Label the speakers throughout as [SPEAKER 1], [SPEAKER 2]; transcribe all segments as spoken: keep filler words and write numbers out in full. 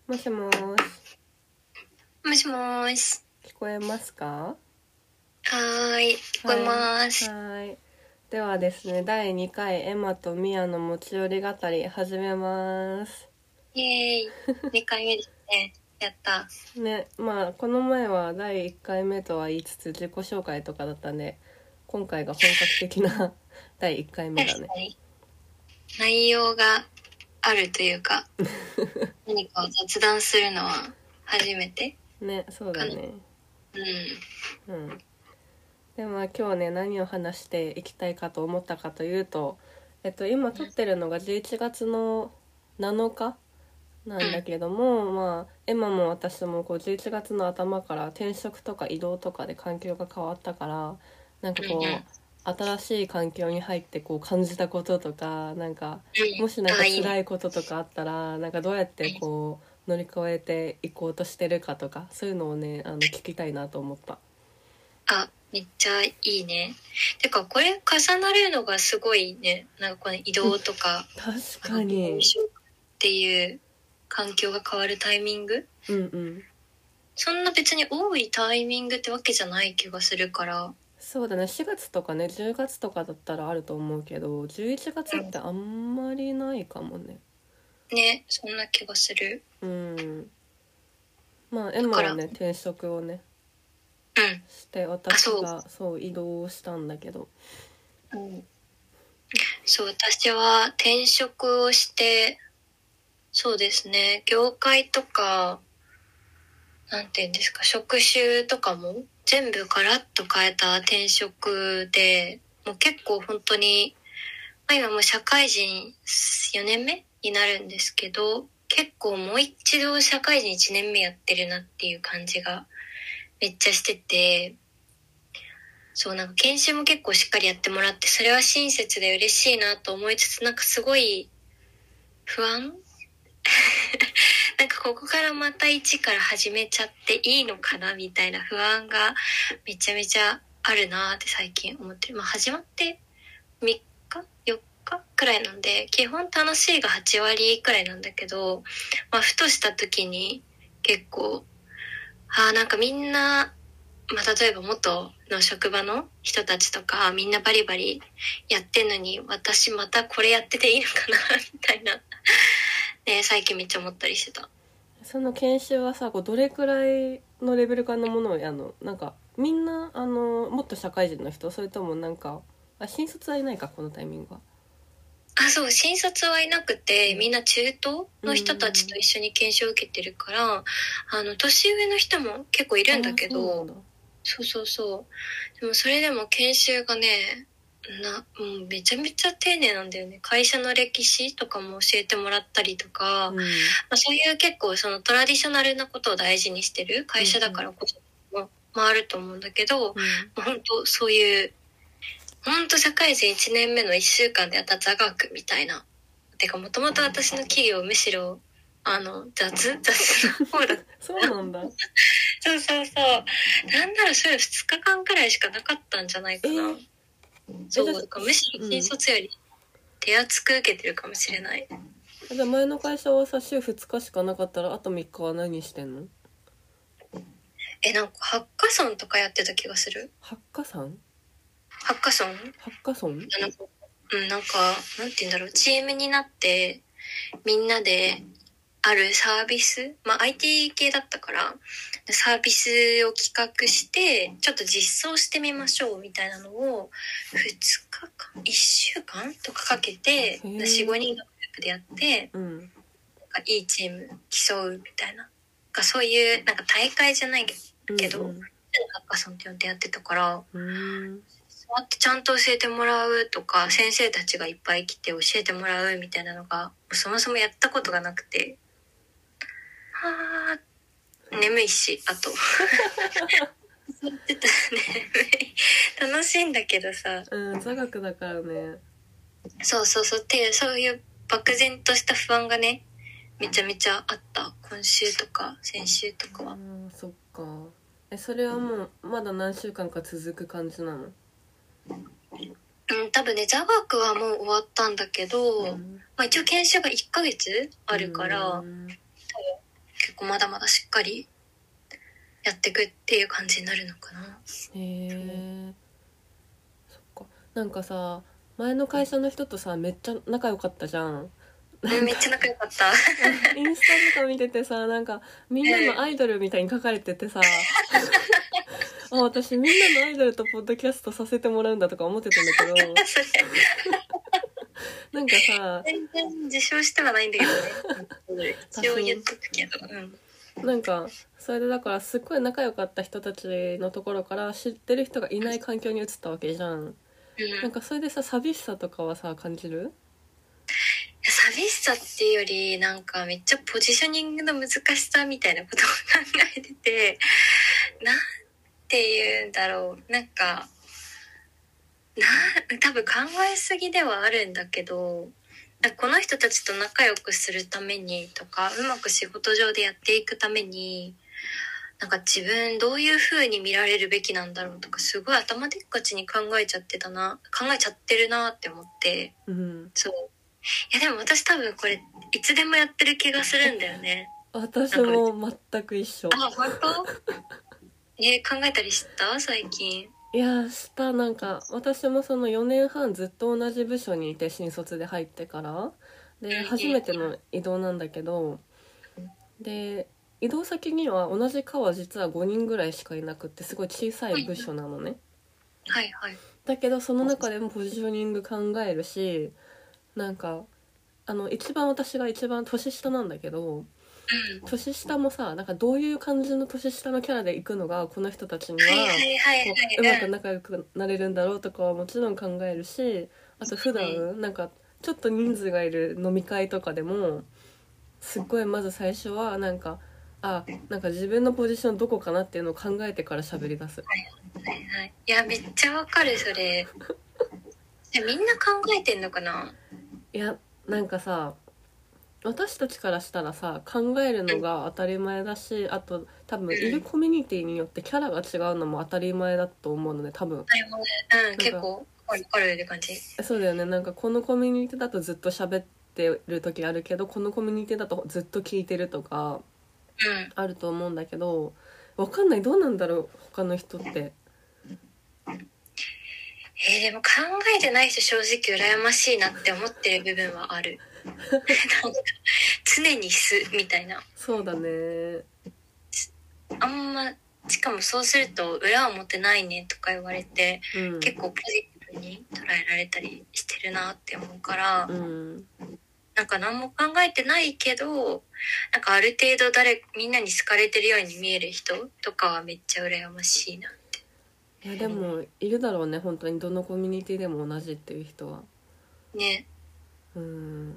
[SPEAKER 1] もしもーし。
[SPEAKER 2] もしもーし。
[SPEAKER 1] 聞こえますか？
[SPEAKER 2] はーい、聞こえます。
[SPEAKER 1] はい、はい。ではですね、だいにかいエマとミヤの持ち寄り語り始めます。
[SPEAKER 2] イエーイ。にかいめですね。やった。
[SPEAKER 1] ね、まあこの前はだいいっかいめとは言いつつ自己紹介とかだったんで、今回が本格的なだいいっかいめだね。
[SPEAKER 2] 確かに。内容があるというか、何かを雑談するのは初めて
[SPEAKER 1] ね、そうだね。
[SPEAKER 2] うん。
[SPEAKER 1] うん。でまあ今日ね、何を話していきたいかと思ったかというと、えっと今撮ってるのがじゅういちがつのなのかなんだけども、まあエマも私もこうじゅういちがつの頭から転職とか移動とかで環境が変わったから、なんかこう、
[SPEAKER 2] うんうん。
[SPEAKER 1] 新しい環境に入ってこう感じたこととか、なんか
[SPEAKER 2] うん。
[SPEAKER 1] もしなんか
[SPEAKER 2] あ、いいね。
[SPEAKER 1] 辛いこととかあったら、なんかどうやってこう乗り越えていこうとしてるかとか、そういうのをね、あの聞きたいなと思った。
[SPEAKER 2] あ、めっちゃいいね。てか、これ重なるのがすごいね。なんかこの移動とか、
[SPEAKER 1] 確かに。
[SPEAKER 2] 転職っていう環境が変わるタイミング
[SPEAKER 1] うんうん。
[SPEAKER 2] そんな別に多いタイミングってわけじゃない気がするから。
[SPEAKER 1] そうだね、しがつとかね、じゅうがつとかだったらあると思うけど、じゅういちがつってあんまりないかもね。
[SPEAKER 2] ね、そんな気がする。
[SPEAKER 1] うん。まあエマはね、転職をね
[SPEAKER 2] うん。
[SPEAKER 1] して私がそう移動したんだけど、
[SPEAKER 2] うん、そう私は転職をして、そうですね、業界とかなんていうんですか、職種とかも全部ガラッと変えた転職で、もう結構本当に、まあ、今もう社会人よねんめになるんですけど、結構もう一度社会人いちねんめやってるなっていう感じがめっちゃしてて、そうなんか研修も結構しっかりやってもらって、それは親切で嬉しいなと思いつつ、なんかすごい不安なんかここからまた一から始めちゃっていいのかなみたいな不安がめちゃめちゃあるなって最近思ってる。まあ始まってみっか ?よっかくらいなんで、基本楽しいがはちわりくらいなんだけど、まあふとした時に結構、ああなんかみんな、まあ例えば元の職場の人たちとかみんなバリバリやってんのに、私またこれやってていいのかなみたいな。ね、最近めっちゃ思ったりしてた。
[SPEAKER 1] その研修はさ、こうどれくらいのレベル感のものをやるの？なんかみんなあのもっと社会人の人、それともなんか、あ、新卒はいないか、このタイミングは。
[SPEAKER 2] あ、そう、新卒はいなくて、みんな中東の人たちと
[SPEAKER 1] うん。
[SPEAKER 2] 一緒に研修を受けてるから、あの、年上の人も結構いるんだけど、
[SPEAKER 1] そうなんだ。
[SPEAKER 2] そうそうそう。でもそれでも研修がね、な、もうめちゃめちゃ丁寧なんだよね。会社の歴史とかも教えてもらったりとか、
[SPEAKER 1] うん。
[SPEAKER 2] まあ、そういう結構そのトラディショナルなことを大事にしてる会社だからこそも、もあると思うんだけど、
[SPEAKER 1] うん。
[SPEAKER 2] 本当そういうほんと社会人いちねんめのいっしゅうかんでやった座学みたいな。てかもともと私の企業むしろ、あの、雑雑な方だった。
[SPEAKER 1] そうなんだ。
[SPEAKER 2] そうそうそう。なんならそれふつかかんくらいしかなかったんじゃないかな。
[SPEAKER 1] えー、
[SPEAKER 2] そう、
[SPEAKER 1] え、じゃ
[SPEAKER 2] だからむしろ新卒より手厚く受けてるかもしれない。
[SPEAKER 1] あ、じゃあ前の会社はさ、週ふつかしかなかったらあとみっかは何してんの？
[SPEAKER 2] え、なんかハッカソンとかやってた気がする。
[SPEAKER 1] ハッカさん
[SPEAKER 2] ハッカソン
[SPEAKER 1] ハッカソン
[SPEAKER 2] あの、うん、なんか、なんて言うんだろう、チームになって、みんなで、あるサービス、まあ アイティー 系だったから、サービスを企画して、ちょっと実装してみましょうみたいなのを、ふつかかん ?いっ 週間とかかけて、よん、ごにんのグループでやって、
[SPEAKER 1] うん。
[SPEAKER 2] なんかいいチーム競うみたいな。かそういう、なんか大会じゃないけど、
[SPEAKER 1] うんうん、
[SPEAKER 2] ハッカソンって呼んでやってたから、
[SPEAKER 1] うーん、
[SPEAKER 2] そうやってちゃんと教えてもらうとか、先生たちがいっぱい来て教えてもらうみたいなのが、そもそもやったことがなくて、はー、眠いし、あと。言ってたね。楽しいんだけどさ。
[SPEAKER 1] うん、座学だからね。
[SPEAKER 2] そうそうそう。っていう、そういう漠然とした不安がね、めちゃめちゃあった。今週とか、先週とかは。
[SPEAKER 1] あー、そっか。え、それはもうまだ何週間か続く感じなの？
[SPEAKER 2] うん、多分ね、座学はもう終わったんだけど、
[SPEAKER 1] うん、
[SPEAKER 2] まあ一応研修がいっかげつあるから、
[SPEAKER 1] うん、
[SPEAKER 2] 構まだまだしっかりやっていくっていう感じになるのかな。
[SPEAKER 1] へえ。そっか。なんかさ、前の会社の人とさめっちゃ仲良かったじゃん。
[SPEAKER 2] うん、めっちゃ仲良かった。
[SPEAKER 1] インスタとか見ててさ、なんかみんなのアイドルみたいに書かれててさ、あ、私みんなのアイドルとポッドキャストさせてもらうんだとか思ってたんだけど、
[SPEAKER 2] それ
[SPEAKER 1] なんかさ、
[SPEAKER 2] 全然自称してはないんだけどね。一応言っとくけど、うん。
[SPEAKER 1] なんかそれでだからすっごい仲良かった人たちのところから知ってる人がいない環境に移ったわけじゃん。
[SPEAKER 2] うん、
[SPEAKER 1] なんかそれでさ、寂しさとかはさ感じる？
[SPEAKER 2] 寂しさっていうよりなんかめっちゃポジショニングの難しさみたいなことを考えてて、なんて言うんだろう、なんかな多分考えすぎではあるんだけど、この人たちと仲良くするためにとかうまく仕事上でやっていくためになんか自分どういう風に見られるべきなんだろうとかすごい頭でっかちに考えちゃってたな考えちゃってるなって思って、
[SPEAKER 1] うん、
[SPEAKER 2] そういやでも私多分これいつでもやってる気がするんだよね。
[SPEAKER 1] 私も全く一緒。
[SPEAKER 2] あ、本当？えー、考えたりした最近？
[SPEAKER 1] いやした。なんか私もそのよねんはんずっと同じ部署にいて、新卒で入ってからで初めての移動なんだけど、で移動先には同じ課は実はごにんぐらいしかいなくって、すごい小さい部署なのね。
[SPEAKER 2] はいはい。
[SPEAKER 1] だけどその中でもポジショニング考えるし、なんかあの一番私が一番年下なんだけど、
[SPEAKER 2] うん、
[SPEAKER 1] 年下もさ、なんかどういう感じの年下のキャラで行くのがこの人たちには
[SPEAKER 2] はいはいはい
[SPEAKER 1] こ
[SPEAKER 2] はい、
[SPEAKER 1] ううまく仲良くなれるんだろうとかはもちろん考えるし、あと普段なんかちょっと人数がいる飲み会とかでもすっごいまず最初はなんか、あ、なんか自分のポジションどこかなっていうのを考えてから喋り出す。
[SPEAKER 2] はいはいはい。いやめっちゃわかるそれ。みんな考えてんのかな？
[SPEAKER 1] いや、なんかさ、私たちからしたらさ、考えるのが当たり前だし、あと多分いるコミュニティによってキャラが違うのも当たり前だと思うのね、多分。
[SPEAKER 2] うん、結構わかるって感じ。
[SPEAKER 1] そうだよね。なんかこのコミュニティだとずっと喋ってる時あるけど、このコミュニティだとずっと聞いてるとか
[SPEAKER 2] うん。
[SPEAKER 1] あると思うんだけど、わかんない。どうなんだろう、他の人って。
[SPEAKER 2] えー、でも考えてない人正直羨ましいなって思ってる部分はある。なんか常に素みたいな。
[SPEAKER 1] そうだね。
[SPEAKER 2] あんましかもそうすると裏表ないねとか言われて、
[SPEAKER 1] うん、
[SPEAKER 2] 結構ポジティブに捉えられたりしてるなって思うから、
[SPEAKER 1] うん、
[SPEAKER 2] なんか何も考えてないけどなんかある程度誰みんなに好かれてるように見える人とかはめっちゃ羨ましいなって。
[SPEAKER 1] いやでもいるだろうね、本当にどのコミュニティでも同じっていう人は
[SPEAKER 2] ね。
[SPEAKER 1] うん。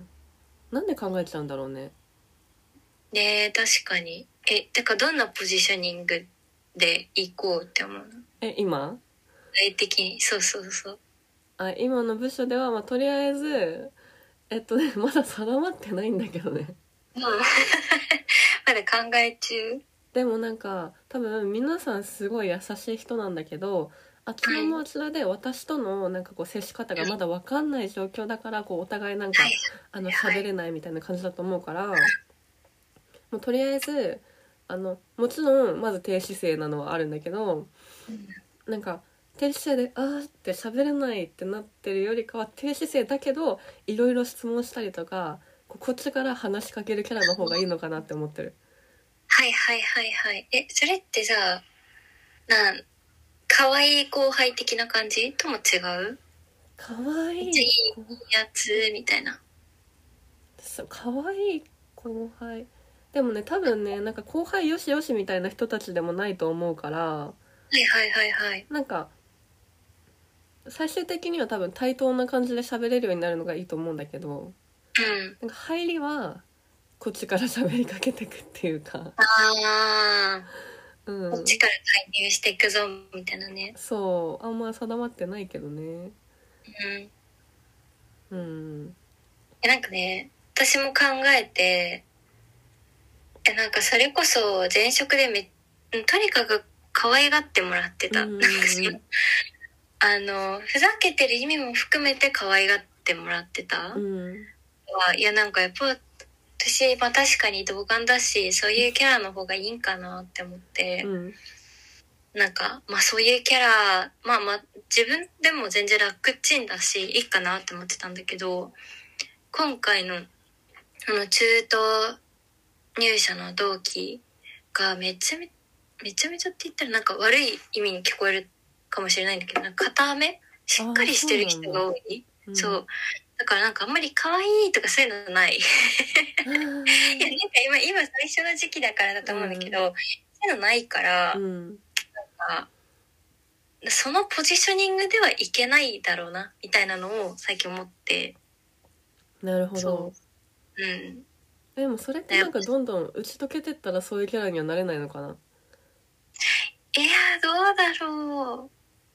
[SPEAKER 1] なんで考えちゃうんだろうね。
[SPEAKER 2] ねえ、確かに。え、てかどんなポジショニングで行こうって思うの？
[SPEAKER 1] え、今？
[SPEAKER 2] 具体的に。そうそうそう。
[SPEAKER 1] あ、今の部署では、まあ、とりあえずえっとねまだ定まってないんだけどね。
[SPEAKER 2] うん、まだ考え中。
[SPEAKER 1] でもなんか多分皆さんすごい優しい人なんだけど、あちらもあちらで私とのなんかこう接し方がまだ分かんない状況だから、こうお互いなんか
[SPEAKER 2] はい
[SPEAKER 1] あの
[SPEAKER 2] はい
[SPEAKER 1] 喋れないみたいな感じだと思うから、もうとりあえずあのもちろんまず低姿勢なのはあるんだけど、なんか低姿勢であーって喋れないってなってるよりかは、低姿勢だけどいろいろ質問したりとか、ここっちから話しかけるキャラの方がいいのかなって思ってる。
[SPEAKER 2] はいはいはいはい。え、それってさ、なん、可愛い後輩的な感じとも違う？
[SPEAKER 1] かわいい
[SPEAKER 2] いいやつみたいな。
[SPEAKER 1] そう、かわいい後輩。でもね、多分ね、なんか後輩よしよしみたいな人たちでもないと思うから、
[SPEAKER 2] はいはいはいはい。
[SPEAKER 1] なんか最終的には多分対等な感じで喋れるようになるのがいいと思うんだけど、
[SPEAKER 2] うん。
[SPEAKER 1] なんか入りはこっちから喋りかけてくっていうか、
[SPEAKER 2] あー、こっ
[SPEAKER 1] うん、
[SPEAKER 2] ちから介入していくぞみたいなね。
[SPEAKER 1] そう、あんま定まってないけどね。
[SPEAKER 2] うん。
[SPEAKER 1] うん、
[SPEAKER 2] え、なんかね、私も考えて、え、なんかそれこそ前職でめ、とにかく可愛がってもらってた。
[SPEAKER 1] うんうんうん、
[SPEAKER 2] なんかそのあの、ふざけてる意味も含めて可愛がってもらってた。
[SPEAKER 1] うん、
[SPEAKER 2] いや、なんかやっぱ、 私、まあ確かに童顔だし、そういうキャラの方がいいんかなって思って、
[SPEAKER 1] うん、
[SPEAKER 2] なんか、まあそういうキャラ、まあまあ自分でも全然楽ちんだし、いいかなって思ってたんだけど、今回の、あの、中途入社の同期がめちゃめ、めちゃめちゃって言ったらなんか悪い意味に聞こえるかもしれないんだけど、なんか片目しっかりしてる人が多い。
[SPEAKER 1] うん、
[SPEAKER 2] そう。だからなんかあんまり可愛いとかそういうのない。いや、なんか今、今最初の時期だからだと思うんだけど、うん、そういうのないから、うん、なんか、そのポジショニングではいけないだろうな、みたいなのを最近思って。
[SPEAKER 1] なるほど。
[SPEAKER 2] そう。うん。
[SPEAKER 1] でもそれってなんかどんどん打ち解けてったらそういうキャラにはなれないのかな。
[SPEAKER 2] いや、どうだろう。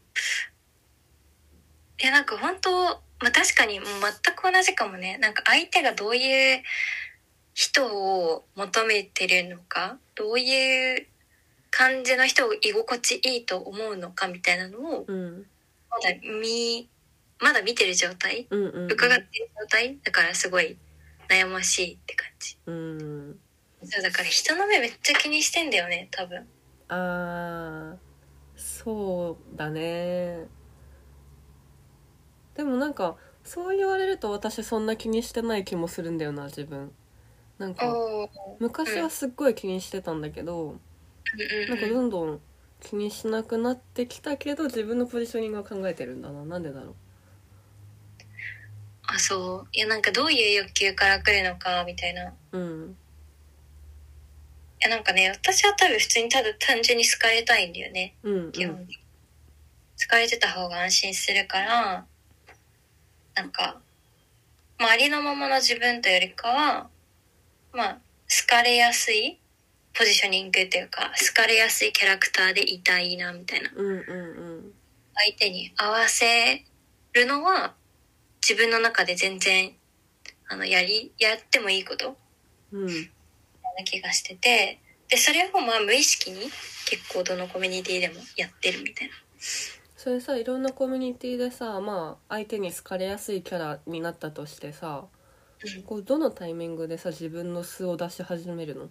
[SPEAKER 2] いや、なんか本当、まあ確かにもう全く同じかもね。なんか相手がどういう人を求めてるのか、どういう感じの人を居心地いいと思うのかみたいなのを、
[SPEAKER 1] うん、
[SPEAKER 2] まだ見、まだ見てる状態、
[SPEAKER 1] うんうんうん、
[SPEAKER 2] 伺ってる状態だからすごい悩ましいって感じ。
[SPEAKER 1] うん。
[SPEAKER 2] そうだから人の目めっちゃ気にしてんだよね、多分。
[SPEAKER 1] あー、そうだね。でもなんかそう言われると私そんな気にしてない気もするんだよな、自分。なんか昔はすっごい気にしてたんだけど、うん、なんかどんどん気にしなくなってきたけど自分のポジショニングは考えてるんだな。なんでだろう。
[SPEAKER 2] あ、そう。いや、なんかどういう欲求から来るのかみたいな。
[SPEAKER 1] うん。
[SPEAKER 2] いや、なんかね、私は多分普通にただ単純に好かれたいんだよね。
[SPEAKER 1] うん、うん、
[SPEAKER 2] 基本的に。好かれてた方が安心するから、なんか、まあ、ありのままの自分というよりかは、まあ、好かれやすいポジショニングっていうか、好かれやすいキャラクターでいたいな、みたいな。
[SPEAKER 1] うんうんうん。
[SPEAKER 2] 相手に合わせるのは、自分の中で全然、あの、やり、やってもいいこと。
[SPEAKER 1] うん。
[SPEAKER 2] な気がしてて、で、それをまあ無意識に結構どのコミュニティでもやってるみたいな。
[SPEAKER 1] それさ、いろんなコミュニティでさ、まあ相手に好かれやすいキャラになったとしてさ、うん、こうどのタイミングでさ自分の素を出し始めるの？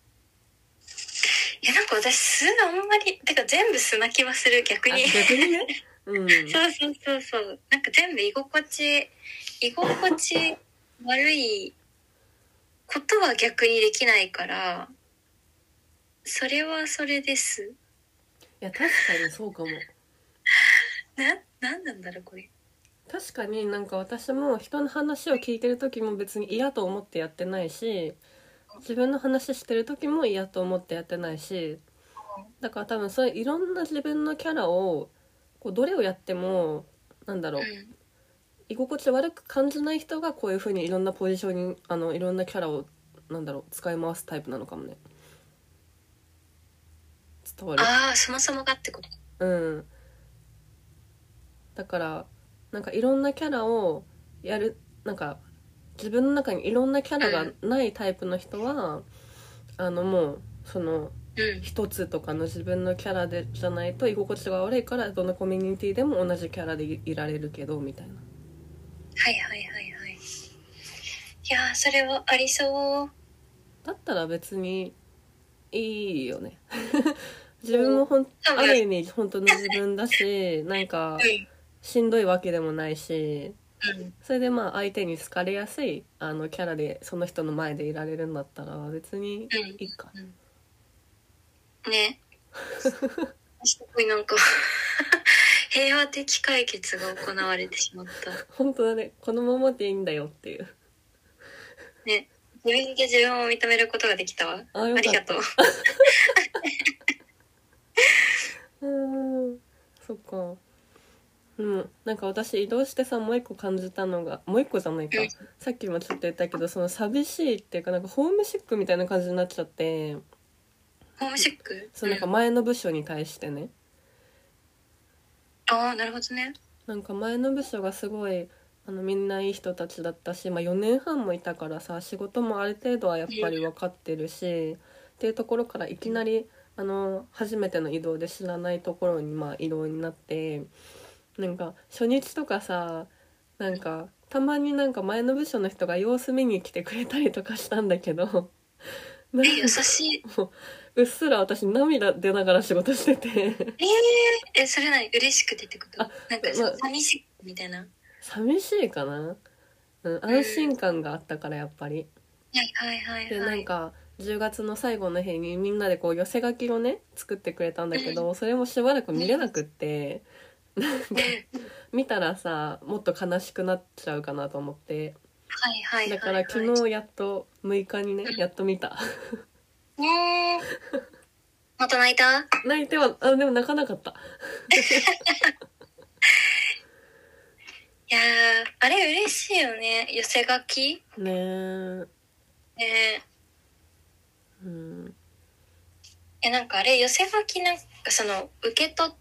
[SPEAKER 2] いや、なんか私素あんまり、てか全部素な気はする、逆に。
[SPEAKER 1] 逆にね。うん。
[SPEAKER 2] そうそうそうそう。なんか全部居心地、居心地悪いことは逆にできないから、それはそれです。
[SPEAKER 1] いや、確かにそうかも。
[SPEAKER 2] な、なんなんだろうこれ。
[SPEAKER 1] 確かになんか私も人の話を聞いてる時も別に嫌と思ってやってないし、自分の話してる時も嫌と思ってやってないし、だから多分そういういろんな自分のキャラをこうどれをやってもなんだろう、うん、居心地悪く感じない人がこういう風にいろんなポジションにあのいろんなキャラをなんだろう使い回すタイプなのかもね。伝わる？
[SPEAKER 2] ああ、そもそもがってこと。
[SPEAKER 1] うん。だからなんかいろんなキャラをやる、なんか自分の中にいろんなキャラがないタイプの人は、うん、あのもうその一つとかの自分のキャラでじゃないと居心地が悪いからどのコミュニティでも同じキャラでいられるけどみたいな。
[SPEAKER 2] はいはいはいはい。いやそれはありそう。
[SPEAKER 1] だったら別にいいよね。自分もほんある意味本当の自分だし、なんかしんどいわけでもないし、うん、それでまあ相手に好かれやすいあのキャラでその人の前でいられるんだったら別にいいか、
[SPEAKER 2] うんうん、ねすごいなんか平和的解決が行われてしまった。
[SPEAKER 1] 本当だね、このままでいいんだよっていう
[SPEAKER 2] ね、自分で自分を認めることができたわ。 あ, ありがとう
[SPEAKER 1] うーん、そっか。うん、なんか私移動してさもう一個感じたのが、もう一個じゃないか、うん、さっきもちょっと言ったけどその寂しいっていうかなんかホームシックみたいな感じになっちゃって。
[SPEAKER 2] ホームシック？
[SPEAKER 1] そう、なんか前の部署に対してね、
[SPEAKER 2] うん、ああなるほどね。
[SPEAKER 1] なんか前の部署がすごいあのみんないい人たちだったし、まあ、よねんはんもいたからさ仕事もある程度はやっぱり分かってるし、うん、っていうところからいきなりあの初めての移動で知らないところにまあ移動になって、なんか初日とかさなんかたまになんか前の部署の人が様子見に来てくれたりとかしたんだけどなんか
[SPEAKER 2] え、優しい。
[SPEAKER 1] もううっすら私涙出ながら仕事してて
[SPEAKER 2] えー、え、それ何嬉しくてってこと
[SPEAKER 1] あ
[SPEAKER 2] なんか、
[SPEAKER 1] まあ
[SPEAKER 2] 寂しいみたいな。は
[SPEAKER 1] 寂しいかな、うん、安心感があったからやっぱり。
[SPEAKER 2] いはいはい
[SPEAKER 1] で
[SPEAKER 2] はい。
[SPEAKER 1] なんかじゅうがつの最後の日にみんなでこう寄せ書きをね作ってくれたんだけど、それもしばらく見れなくって、なんか
[SPEAKER 2] うん
[SPEAKER 1] 見たらさもっと悲しくなっちゃうかなと思って、
[SPEAKER 2] はいはい
[SPEAKER 1] だか
[SPEAKER 2] はいはい。
[SPEAKER 1] ら昨日やっとむいかにねやっと見た
[SPEAKER 2] ねえ。また泣いた？
[SPEAKER 1] 泣いてはあでも泣かなかった。
[SPEAKER 2] いやー、あれ嬉しいよね。寄せ書き
[SPEAKER 1] ねえ、
[SPEAKER 2] ね
[SPEAKER 1] うん、
[SPEAKER 2] え。え、なんかあれ寄せ書きなんかその受け取って、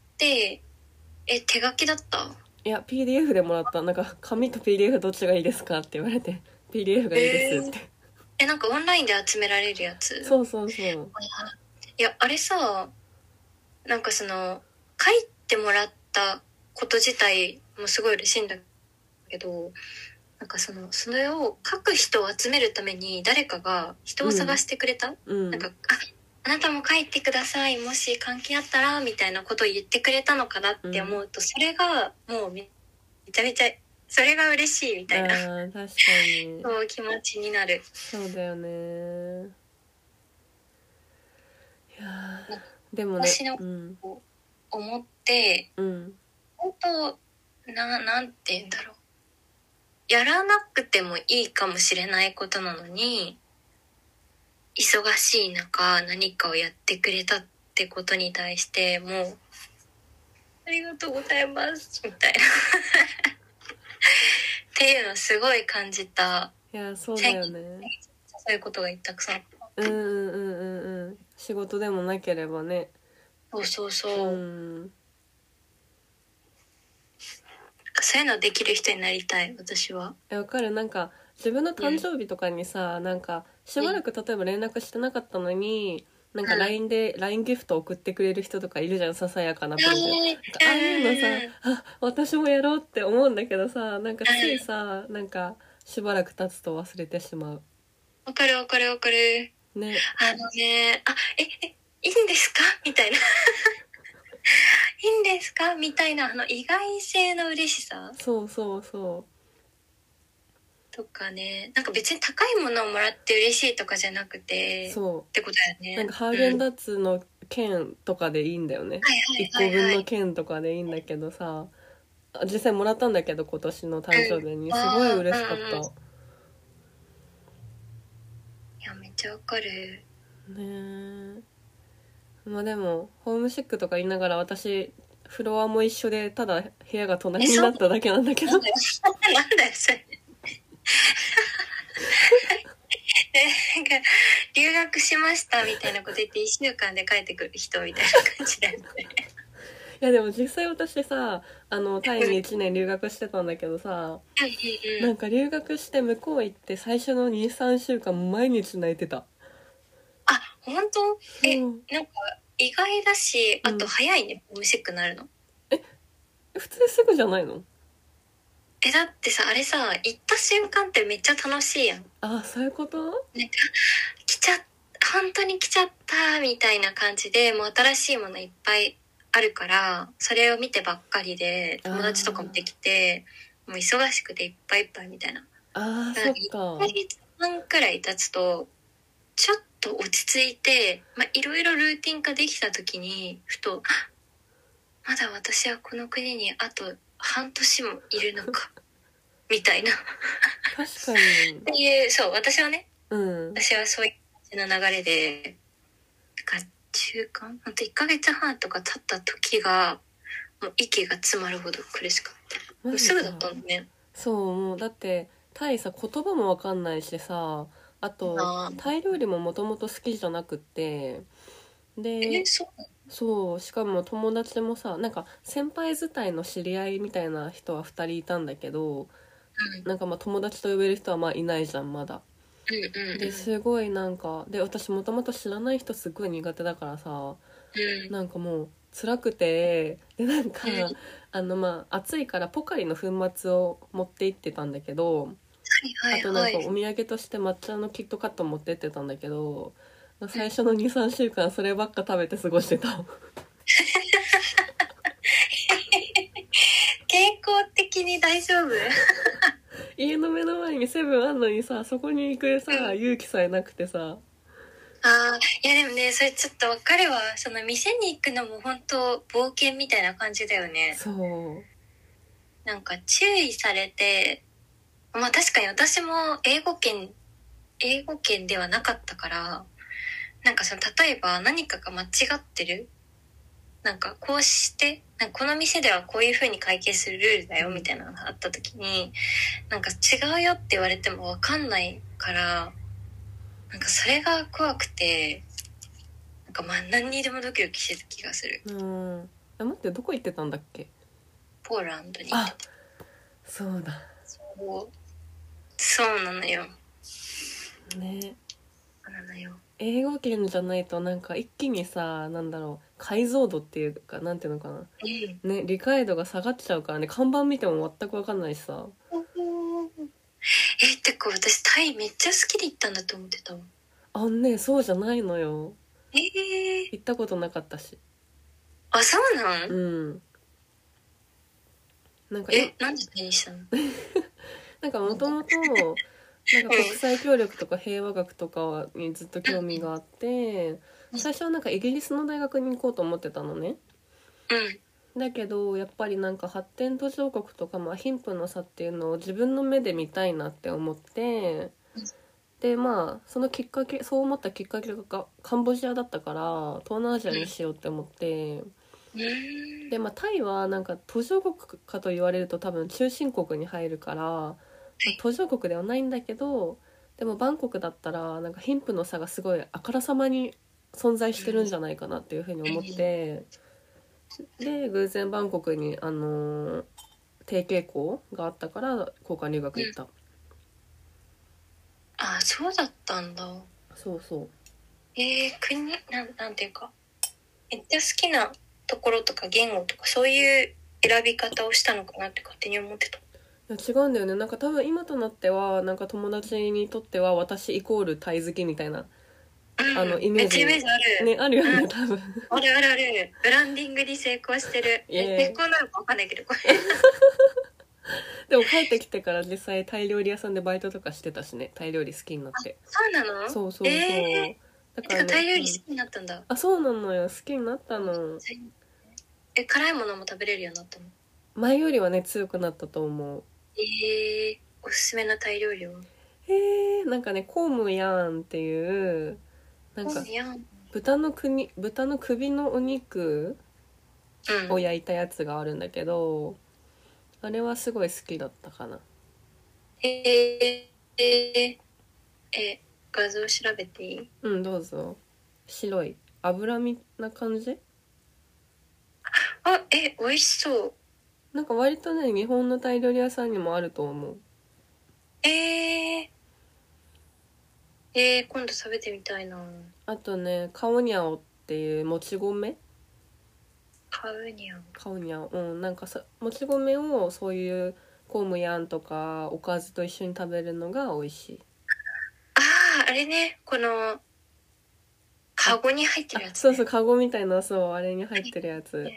[SPEAKER 2] え、手書きだった？
[SPEAKER 1] いや ピーディーエフ でもらった。なんか紙と ピーディーエフ どっちがいいですかって言われて ピーディーエフ がいいですって、
[SPEAKER 2] えー、え、なんかオンラインで集められるやつ？
[SPEAKER 1] そうそうそう。
[SPEAKER 2] いや、あれさ、なんかその、書いてもらったこと自体もすごい嬉しいんだけど、なんかその、それを書く人を集めるために誰かが人を探してくれた、
[SPEAKER 1] うん、
[SPEAKER 2] なんか、あ、あなたも書いてください。もし関係あったら、みたいなことを言ってくれたのかなって思うと、うん、それがもうめちゃめちゃ、それが嬉しいみたいな。
[SPEAKER 1] あ確かに。
[SPEAKER 2] そう気持ちになる。
[SPEAKER 1] そうだよね。いやでもね、
[SPEAKER 2] 私のことを思って、うん、本当な、なんて言うんだろう。やらなくてもいいかもしれないことなのに、忙しい中何かをやってくれたってことに対してもうありがとうございますみたいなっていうのをすごい感じた。
[SPEAKER 1] いやそうだよね。
[SPEAKER 2] そういうことがたくさんあった。
[SPEAKER 1] うんうんうんうんうん。仕事でもなければね。
[SPEAKER 2] そうそうそう。うん。そういうのできる人になりたい私は。
[SPEAKER 1] わかる。なんか自分の誕生日とかにさ、うん、なんかしばらく例えば連絡してなかったのに、うん、なんか ライン で ライン ギフト送ってくれる人とかいるじゃん、ささやかなプレゼント、うん、ああいうのさ、あ私もやろうって思うんだけどさ、なんかついさ、なんかしばらく経つと忘れてしまう。
[SPEAKER 2] わかるわかるわかる。ね。あのね、あ、え、え、いいんですかみたいな。いいんですかみたいな、あの、意外性の嬉しさ。
[SPEAKER 1] そうそうそう。
[SPEAKER 2] とかね、なんか別に高いものをもらって嬉しいとかじゃなくて、そう。ってことだよね。
[SPEAKER 1] なんかハーゲンダッツの券とかでいいんだよね。うん、いっこぶんの券とかでいいんだけどさ、実際もらったんだけど今年の誕生日にすごい嬉しかった。うんうんうん、い
[SPEAKER 2] やめっちゃわかる。
[SPEAKER 1] ねえ。まあでもホームシックとか言いながら私フロアも一緒でただ部屋が隣になっただけなんだけど。なんだよそれ。
[SPEAKER 2] でなんか留学しましたみたいなこと言っていっしゅうかんで帰ってくる人みたいな感じだよね。
[SPEAKER 1] いやでも実際私さあのタイにいちねん留学してたんだけどさ、なんか留学して向こう行って最初の にさんしゅうかん毎日泣いてた。
[SPEAKER 2] あ本当？えなんか意外だし、あと早いね、ホームシックなるの。
[SPEAKER 1] え普通すぐじゃないの？
[SPEAKER 2] えだってさあれさ行った瞬間ってめっちゃ楽しいやん。
[SPEAKER 1] あそういうこと？なんか
[SPEAKER 2] 来ちゃ本当に来ちゃったみたいな感じで、もう新しいものいっぱいあるからそれを見てばっかりで、友達とかもできてもう忙しくていっぱいいっぱいみたいな。
[SPEAKER 1] あそっか。
[SPEAKER 2] いっかげつはんくらい経つとちょっと落ち着いて、まあいろいろルーティン化できた時にふとまだ私はこの国にあと半年もいるのかみたいな。
[SPEAKER 1] 確かに。
[SPEAKER 2] っていうそう私はね、
[SPEAKER 1] うん、
[SPEAKER 2] 私はそういう感じの流れで、なんか中間ほんといっかげつはんとか経った時がもう息が詰まるほど苦しかった。もうすぐだったんだね。そう
[SPEAKER 1] もうだってタイさ言葉も分かんないしさ、あとタイ料理ももともと好きじゃなくってで、
[SPEAKER 2] えそう
[SPEAKER 1] そうしかも友達もさなんか先輩伝いの知り合いみたいな人はふたりいたんだけど、うん、なんかまあ友達と呼べる人はまあいないじゃんまだ、うんうんうん、ですごいなんかで私もともと知らない人すごい苦手だからさ、うん、なんかもう辛くて、でなんか
[SPEAKER 2] うん
[SPEAKER 1] あのまあ暑いからポカリの粉末を持って行ってたんだけど、
[SPEAKER 2] はいはい
[SPEAKER 1] あとなんかお
[SPEAKER 2] はい。
[SPEAKER 1] 土産として抹茶のキットカット持ってってたんだけど、最初の に,さん 週間そればっか食べて過ごしてた。
[SPEAKER 2] 健康的に大丈夫？
[SPEAKER 1] 家の目の前にセブンあんのにさ、そこに行くさ、
[SPEAKER 2] うん
[SPEAKER 1] 勇気さえなくてさ。
[SPEAKER 2] ああ、いやでもね、それちょっとわかるわ。その店に行くのも本当冒険みたいな感じだよね。
[SPEAKER 1] そう。
[SPEAKER 2] なんか注意されて、まあ確かに私も英語圏、英語圏ではなかったから、なんかその例えば何かが間違ってる、なんかこうして、なんかこの店ではこういう風に会計するルールだよみたいなのがあった時に、なんか違うよって言われてもわかんないから、なんかそれが怖くて、なんかまあ何にでもドキドキしてた気がする。
[SPEAKER 1] うん。え、待って、どこ行ってたんだっけ？
[SPEAKER 2] ポーランドに行って
[SPEAKER 1] あ、そうだ。
[SPEAKER 2] そう。そうなのよ。
[SPEAKER 1] ね。
[SPEAKER 2] そうなのよ。
[SPEAKER 1] 英語圏じゃないとなんか一気にさ、なんだろう、解像度っていうか、なんていうのかな。
[SPEAKER 2] うん。
[SPEAKER 1] ね、理解度が下がっちゃうからね、看板見ても全く分かんないしさ。
[SPEAKER 2] え、ってか私タイめっちゃ好きで行ったんだと思ってたわ。
[SPEAKER 1] あんね、そうじゃないのよ。
[SPEAKER 2] えー、
[SPEAKER 1] 行ったことなかったし。
[SPEAKER 2] あ、そうなん、
[SPEAKER 1] うん。なんか
[SPEAKER 2] え、なんで手にしたの？
[SPEAKER 1] なんかもともとなんか国際協力とか平和学とかにずっと興味があって、最初はなんかイギリスの大学に行こうと思ってたのね。
[SPEAKER 2] うん。
[SPEAKER 1] だけどやっぱりなんか発展途上国とか、まあ、貧富の差っていうのを自分の目で見たいなって思って、でまあそのきっかけ、そう思ったきっかけがカンボジアだったから東南アジアにしようって思って、
[SPEAKER 2] うん。
[SPEAKER 1] でまあタイはなんか途上国かと言われると多分中心国に入るから、まあ、途上国ではないんだけど、でもバンコクだったらなんか貧富の差がすごいあからさまに存在してるんじゃないかなっていうふうに思って、で偶然バンコクにあのー提携校があったから交換留学行った、
[SPEAKER 2] あ、そうだったんだ。
[SPEAKER 1] そうそう。
[SPEAKER 2] えー、国、なん、なんていうか、めっちゃ好きなところとか言語とかそういう選び方をしたのかなって勝手に思ってた。
[SPEAKER 1] いや違うんだよね。なんか多分今となってはなんか友達にとっては私イコールタイ好きみたいな、
[SPEAKER 2] うん、
[SPEAKER 1] あのイメージ
[SPEAKER 2] めっちゃイメージある。
[SPEAKER 1] ねあるよね、
[SPEAKER 2] うん、
[SPEAKER 1] 多分。
[SPEAKER 2] あるあるある。ブランディングに成功してる。
[SPEAKER 1] イエーイ
[SPEAKER 2] え、成功なのかわかんないけど、これ。
[SPEAKER 1] でも帰ってきてから実際タイ料理屋さんでバイトとかしてたしね、タイ料理好きになって。
[SPEAKER 2] そうなの？
[SPEAKER 1] そうそうそう、
[SPEAKER 2] えー、
[SPEAKER 1] だからね、
[SPEAKER 2] てかタイ料理
[SPEAKER 1] うん
[SPEAKER 2] 好きになったんだ。
[SPEAKER 1] あ、そうなのよ、好きになったの。
[SPEAKER 2] え、辛いものも食べれるようになったの？
[SPEAKER 1] 前よりはね強くなったと思う。
[SPEAKER 2] えー、おすすめのタイ料理は？
[SPEAKER 1] えー、なんかねコームヤーンっていうなんか
[SPEAKER 2] いや、
[SPEAKER 1] 豚の国豚の首のお肉
[SPEAKER 2] うん。
[SPEAKER 1] を焼いたやつがあるんだけど、あれはすごい好きだったかな。
[SPEAKER 2] えー、えー、え、画像調べていい？
[SPEAKER 1] うん、どうぞ。白い脂身な感じ。
[SPEAKER 2] あ、え、美味しそう。
[SPEAKER 1] なんか割とね日本のタイ料理屋さんにもあると思う。
[SPEAKER 2] えー、えー、今度食べてみたいな。
[SPEAKER 1] あとねカオニャオっていうもち米、
[SPEAKER 2] 買うにゃん。
[SPEAKER 1] カオニャオ、うん、なんかさもち米をそういうコームヤンとかおかずと一緒に食べるのが美味しい。
[SPEAKER 2] ああ、あれね、この、カゴに入ってるやつ、ね。
[SPEAKER 1] そうそう、カゴみたいな、そうあれに入ってるやつ。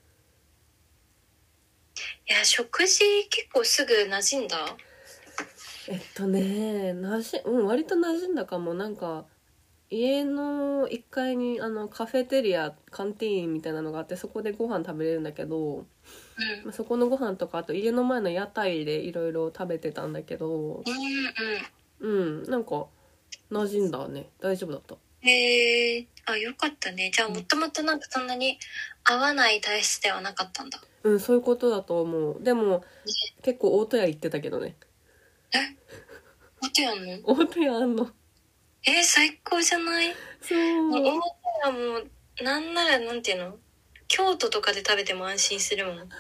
[SPEAKER 2] いや、食事結構すぐ馴染んだ。
[SPEAKER 1] えっとねなじうん割と馴染んだかも。なんか家のいっかいにあのカフェテリアカンティーンみたいなのがあって、そこでご飯食べれるんだけど、
[SPEAKER 2] うん。
[SPEAKER 1] まあそこのご飯とかあと家の前の屋台でいろいろ食べてたんだけど、
[SPEAKER 2] うんうん。
[SPEAKER 1] うんなんか馴染んだね、大丈夫だった。
[SPEAKER 2] へえ、あ、よかったね。じゃあ、もともとなんかそんなに合わない体質ではなかったんだ。
[SPEAKER 1] うん、そういうことだと思う。でも結構大戸屋行ってたけどね。
[SPEAKER 2] え、もとやんの？
[SPEAKER 1] 大戸屋あんの。
[SPEAKER 2] えー、最高じゃない？
[SPEAKER 1] そう
[SPEAKER 2] もう、大戸屋もう、なんなら、なんていうの？京都とかで食べても安心するもん。あ、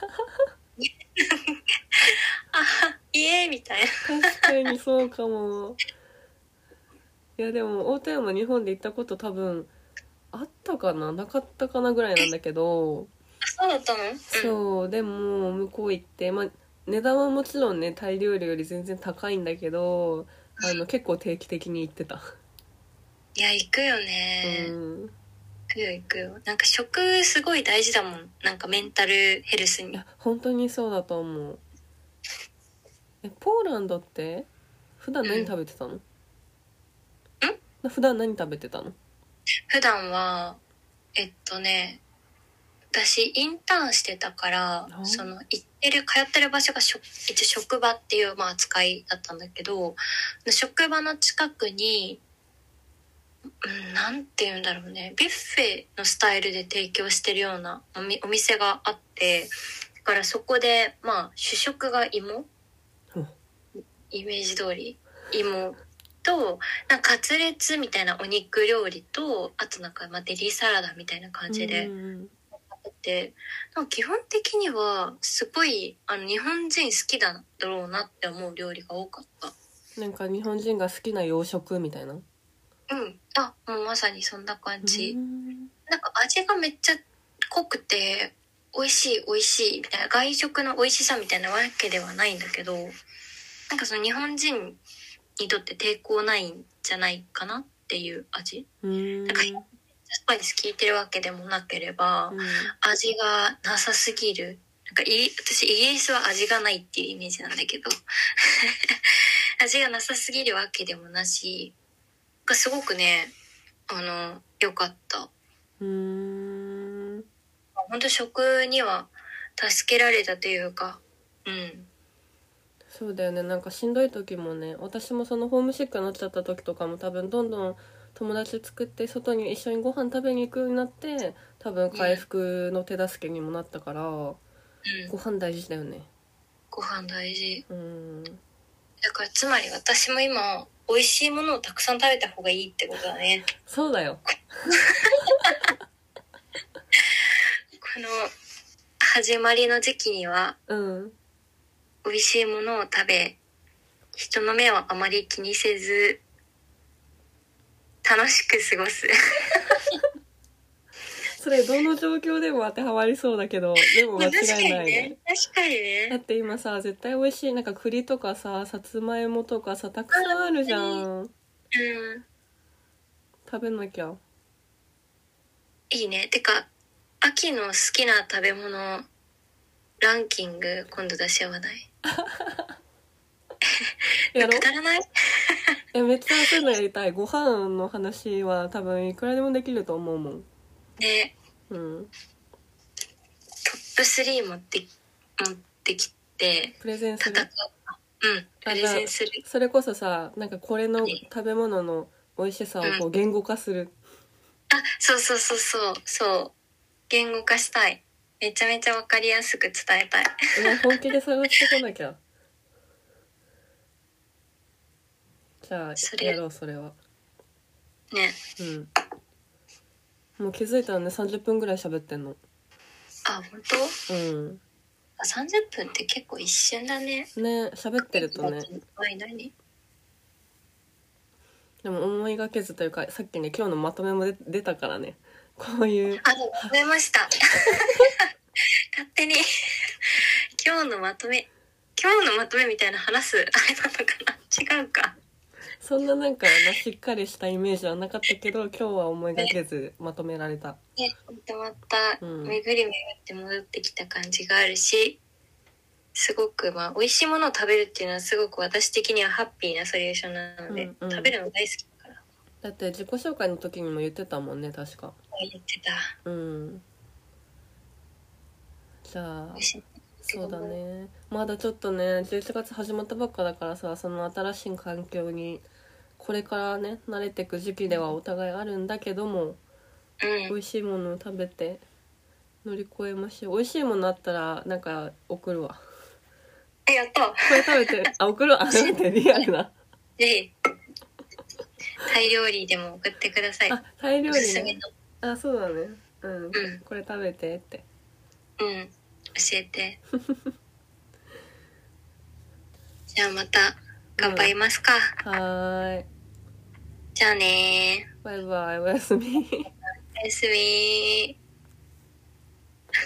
[SPEAKER 2] 家みたいな。
[SPEAKER 1] 確かにそうかも。いやでも大戸屋も日本で行ったこと多分あったかななかったかなぐらいなんだけど、
[SPEAKER 2] あ、そうだったの？うん。
[SPEAKER 1] そうでも向こう行って、まあ、値段はもちろんねタイ料理より全然高いんだけど、あの結構定期的に行ってた。
[SPEAKER 2] いや、行くよ
[SPEAKER 1] う
[SPEAKER 2] ね。
[SPEAKER 1] ん。
[SPEAKER 2] 行くよ行くよ。なんか食すごい大事だもん。なんかメンタルヘルスに。
[SPEAKER 1] いや本当にそうだと思う。えポーランドって普段何食べてたの？ん普段何食べてたの？
[SPEAKER 2] 普段は、えっとね、私インターンしてたから、
[SPEAKER 1] あ
[SPEAKER 2] その行ってる、通ってる場所がしょ一応職場っていうまあ扱いだったんだけど、職場の近くに、うん、なんて言うんだろうね、ビュッフェのスタイルで提供してるようなおみお店があって、だからそこでまあ主食が芋、
[SPEAKER 1] うん
[SPEAKER 2] イメージ通り芋となんかカツレツみたいなお肉料理と、あとなんかまあデリーサラダみたいな感じで
[SPEAKER 1] うん
[SPEAKER 2] あって、なんか基本的にはすごいあの日本人好きだろうなって思う料理が多かった。
[SPEAKER 1] なんか日本人が好きな洋食みたいな。
[SPEAKER 2] うん、あ、もうまさにそんな感
[SPEAKER 1] う
[SPEAKER 2] じ。
[SPEAKER 1] ん
[SPEAKER 2] なんか味がめっちゃ濃くて美味しい美味しいみたいな、外食の美味しさみたいなわけではないんだけど、なんかその日本人にとって抵抗ないんじゃないかなっていう味。
[SPEAKER 1] うん
[SPEAKER 2] なんかスパイス効いてるわけでもなければ、
[SPEAKER 1] うん
[SPEAKER 2] 味がなさすぎる。なんかい私イギリスは味がないっていうイメージなんだけど味がなさすぎるわけでもなし、なんかすごくね、あの良かった。
[SPEAKER 1] うーん
[SPEAKER 2] 本当食には助けられたというか、うん。
[SPEAKER 1] そうだよね。なんかしんどい時もね、私もそのホームシックになっちゃった時とかも多分どんどん友達作って外に一緒にご飯食べに行くようになって、多分回復の手助けにもなったから、
[SPEAKER 2] うん。
[SPEAKER 1] ご飯大事だよね。
[SPEAKER 2] ご飯大事。
[SPEAKER 1] うん。
[SPEAKER 2] だからつまり私も今美味しいものをたくさん食べた方がいいってことだね。
[SPEAKER 1] そうだよ。
[SPEAKER 2] この始まりの時期には
[SPEAKER 1] うん。
[SPEAKER 2] 美味しいものを食べ、人の目をあまり気にせず楽しく過ごす。
[SPEAKER 1] それどの状況でも当てはまりそうだけど、でも間違いないね。
[SPEAKER 2] 確かにね。
[SPEAKER 1] だって今さ、絶対美味しいなんか栗とかさ、さつまいもとかさ、たくさんあるじゃん。
[SPEAKER 2] うん。
[SPEAKER 1] 食べなきゃ。
[SPEAKER 2] いいね。てか、秋の好きな食べ物ランキング今度出し合わない？
[SPEAKER 1] やろ
[SPEAKER 2] くだらない？
[SPEAKER 1] え、めっちゃそういうのやりたい。ご飯の話は多分いくらでもできると思うもん。
[SPEAKER 2] ね。
[SPEAKER 1] うん。
[SPEAKER 2] トップスリー持って持ってきて
[SPEAKER 1] プレゼンする。
[SPEAKER 2] 戦う。うん。プレゼンする。
[SPEAKER 1] それこそさ、なんかこれの食べ物の美味しさをこう言語化する。
[SPEAKER 2] あ、そうそうそうそうそう。言語化したい。めちゃめちゃわかりやすく伝えたい。
[SPEAKER 1] ね、本気で探してこなきゃ。じゃあやろうそれは。
[SPEAKER 2] ね。
[SPEAKER 1] うん。もう気づいたらねさんじゅっぷんぐらい喋ってんの。
[SPEAKER 2] あ、本当？
[SPEAKER 1] うん。
[SPEAKER 2] あ、さんじゅっぷんって結構一瞬だね。
[SPEAKER 1] ね、喋ってるとね。
[SPEAKER 2] 何何？
[SPEAKER 1] でも思いがけずというか、さっきね今日のまとめもで出たからね。こういう。
[SPEAKER 2] あ、まとめました。勝手に今日のまとめ、今日のまとめみたいな話すあれなのかな？違うか。
[SPEAKER 1] そんななんかなしっかりしたイメージはなかったけど、今日は思いがけずまとめられた。
[SPEAKER 2] ね、まとまった、
[SPEAKER 1] うん、
[SPEAKER 2] 巡り巡って戻ってきた感じがあるし、すごくまあ美味しいものを食べるっていうのはすごく私的にはハッピーなソリューションなので、うんうん、食べるの大好きだから。
[SPEAKER 1] だって自己紹介の時にも言ってたもんね、確か。
[SPEAKER 2] 言ってた。
[SPEAKER 1] うん。じゃあそうだね。まだちょっとねじゅういちがつ始まったばっかだからさ、その新しい環境にこれからね慣れていく時期ではお互いあるんだけども、うん、美味しいものを食べて乗り越えましょう。美味しいものあったらなんか送るわ。
[SPEAKER 2] え、やった。こ
[SPEAKER 1] れ食べて、あ、送るわ。待ってリアルな。
[SPEAKER 2] ぜひタイ料理でも送ってください。
[SPEAKER 1] あ、タイ料理ね。あ、そうだね。うん。うん、これ食べてって。
[SPEAKER 2] うん。教えて。じゃあまた頑張りますか。
[SPEAKER 1] うん、はーい。
[SPEAKER 2] じゃあねー。
[SPEAKER 1] バイバイ、おやすみ。
[SPEAKER 2] おやすみ。